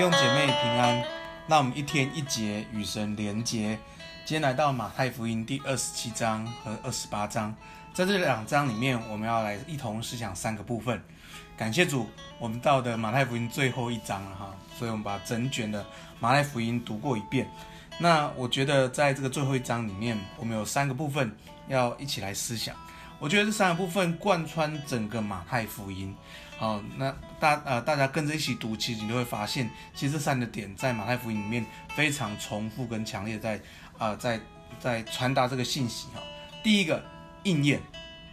兄姐妹平安，让我们一天一节与神连结。今天来到马太福音第27章和28章，在这2章里面，我们要来一同思想3个部分。感谢主，我们到的马太福音最后一章了哈，所以我们把整卷的马太福音读过一遍。那我觉得在这个最后一章里面，我们有3个部分要一起来思想。我觉得这3个部分贯穿整个马太福音。好，那大家跟着一起读，其实你就会发现，其实这3个点在马太福音里面非常重复跟强烈在传达这个信息哈。第一个应验，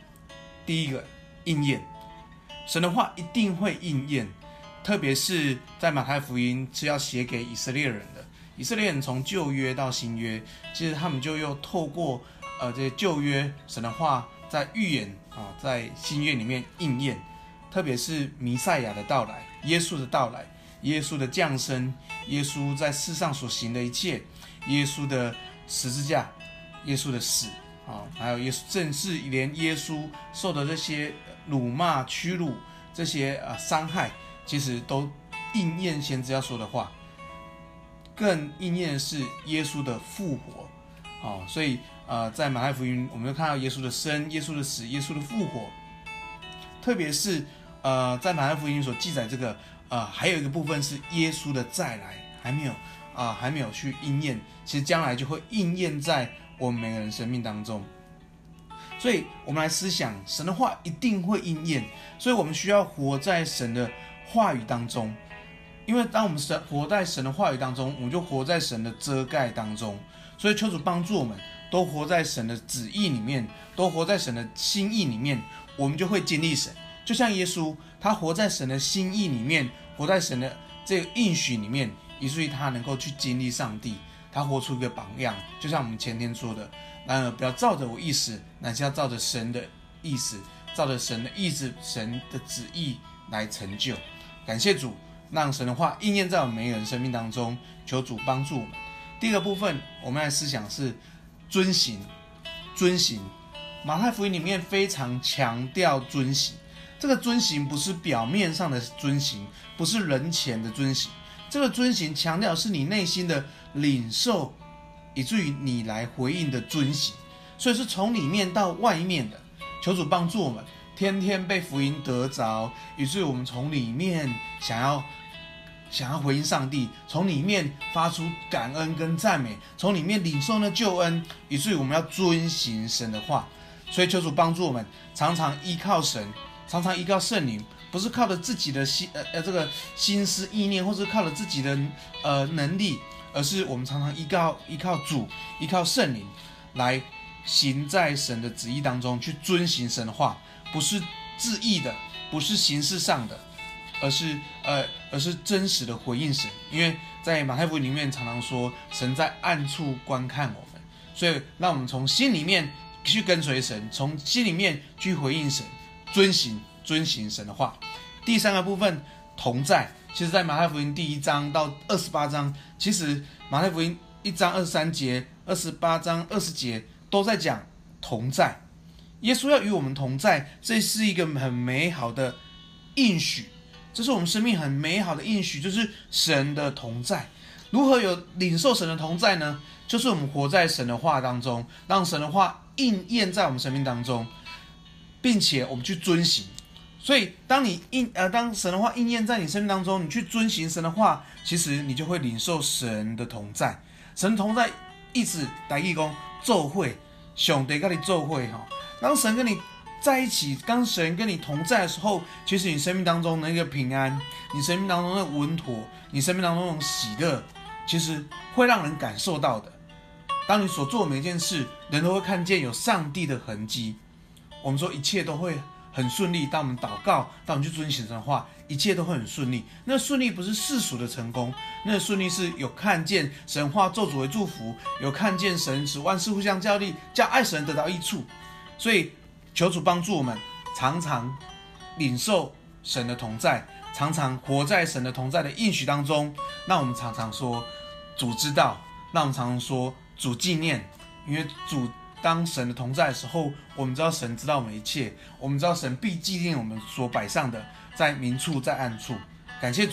神的话一定会应验，特别是在马太福音是要写给以色列人的。以色列人从旧约到新约，其实他们就又透过这些旧约神的话在预言在新约里面应验。特别是弥赛亚的到来，耶稣的到来，耶稣的降生，耶稣在世上所行的一切，耶稣的十字架，耶稣的死还有耶稣正是连耶稣受的这些辱骂、屈辱、这些伤害，其实都应验先知要说的话。更应验的是耶稣的复活所以在马太福音我们就看到耶稣的生、耶稣的死、耶稣的复活。特别是在马太福音所记载这个还有一个部分是耶稣的再来，还没有去应验，其实将来就会应验在我们每个人生命当中。所以我们来思想，神的话一定会应验，所以我们需要活在神的话语当中。因为当我们活在神的话语当中，我们就活在神的遮盖当中。所以求主帮助我们都活在神的旨意里面，都活在神的心意里面，我们就会经历神。就像耶稣，他活在神的心意里面，活在神的这个应许里面，以至于他能够去经历上帝，他活出一个榜样。就像我们前天说的，然而不要照着我意思，乃是要照着神的意思，照着神的意志、神的旨意来成就。感谢主，让神的话应验在我们每个人生命当中，求主帮助我们。第二个部分，我们来思想是遵行。马太福音里面非常强调遵行。这个遵行不是表面上的遵行，不是人前的遵行，这个遵行强调是你内心的领受，以至于你来回应的遵行，所以是从里面到外面的。求主帮助我们天天被福音得着，以至于我们从里面想要回应上帝，从里面发出感恩跟赞美，从里面领受那救恩，以至于我们要遵行神的话。所以求主帮助我们常常依靠神，常常依靠圣灵，不是靠着自己的这个心思意念，或是靠着自己的能力，而是我们常常依靠主，依靠圣灵来行在神的旨意当中，去遵行神的话，不是自意的，不是形式上的，而是真实的回应神。因为在马太福音里面常常说，神在暗处观看我们，所以让我们从心里面去跟随神，从心里面去回应神，遵行神的话。第3个部分，同在。其实在马太福音第1章到28章，其实马太福音1章23节、28章20节都在讲同在。耶稣要与我们同在，这是一个很美好的应许，这是我们生命很美好的应许，就是神的同在。如何有领受神的同在呢？就是我们活在神的话当中，让神的话应验在我们生命当中，并且我们去遵行。所以当神的话应验在你生命当中，你去遵行神的话，其实你就会领受神的同在。神的同在意思台语说做伙，上帝跟你做伙当神跟你在一起，当神跟你同在的时候，其实你生命当中的那个平安，你生命当中的稳妥，你生命当中的喜乐，其实会让人感受到的。当你所做的每一件事，人都会看见有上帝的痕迹。我们说一切都会很顺利，当我们祷告，当我们去遵行神的话，一切都会很顺利。那顺利不是世俗的成功，那顺利是有看见神化咒诅为祝福，有看见神使万事互相效力，叫爱神得到益处。所以求主帮助我们常常领受神的同在，常常活在神的同在的应许当中。让我们常常说主知道，让我们常常说主纪念。因为主当神的同在的时候，我们知道神知道我们一切，我们知道神必纪念我们所摆上的，在明处在暗处。感谢主，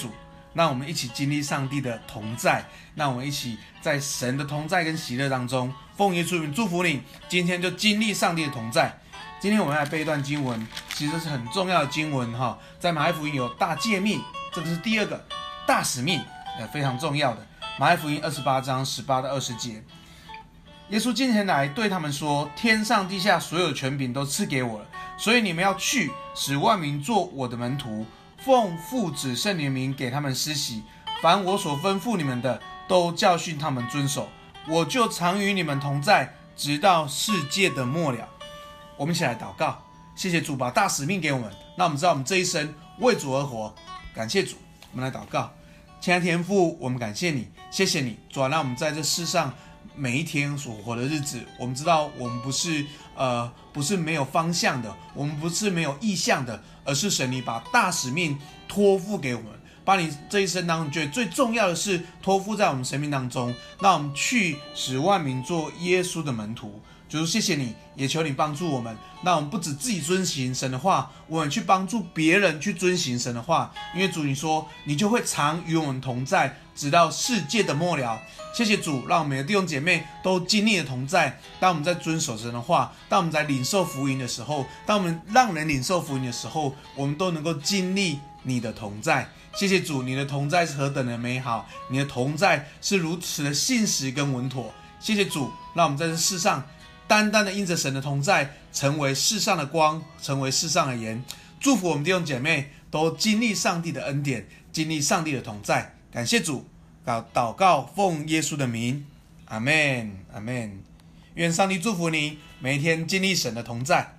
让我们一起经历上帝的同在，让我们一起在神的同在跟喜乐当中，奉耶稣名祝福你，今天就经历上帝的同在。今天我们来背一段经文，其实这是很重要的经文哈，在马太福音有大诫命，这个是第二个大使命，非常重要的。马太福音28章18到20节，耶稣近前来对他们说：天上地下所有的权柄都赐给我了，所以你们要去，使万民做我的门徒，奉父子圣灵的名给他们施洗，凡我所吩咐你们的，都教训他们遵守。我就常与你们同在，直到世界的末了。我们一起来祷告，谢谢主把大使命给我们，让我们知道我们这一生为主而活。感谢主，我们来祷告。亲爱的天父，我们感谢你，谢谢你，主啊，让我们在这世上每一天所活的日子，我们知道我们不是没有方向的，我们不是没有意向的，而是神你把大使命托付给我们，把你这一生当中觉得最重要的事托付在我们生命当中，让我们去使万民做耶稣的门徒。主，谢谢你，也求你帮助我们，让我们不只自己遵行神的话，我们去帮助别人去遵行神的话。因为主你说，你就会常与我们同在，直到世界的末了。谢谢主，让我们的弟兄姐妹都经历了同在。当我们在遵守神的话，当我们在领受福音的时候，当我们让人领受福音的时候，我们都能够经历你的同在。谢谢主，你的同在是何等的美好，你的同在是如此的信实跟稳妥。谢谢主，让我们在这世上单单的因着神的同在，成为世上的光，成为世上的盐。祝福我们弟兄姐妹都经历上帝的恩典，经历上帝的同在。感谢主，祷告奉耶稣的名，阿们，阿们。愿上帝祝福你，每一天经历神的同在。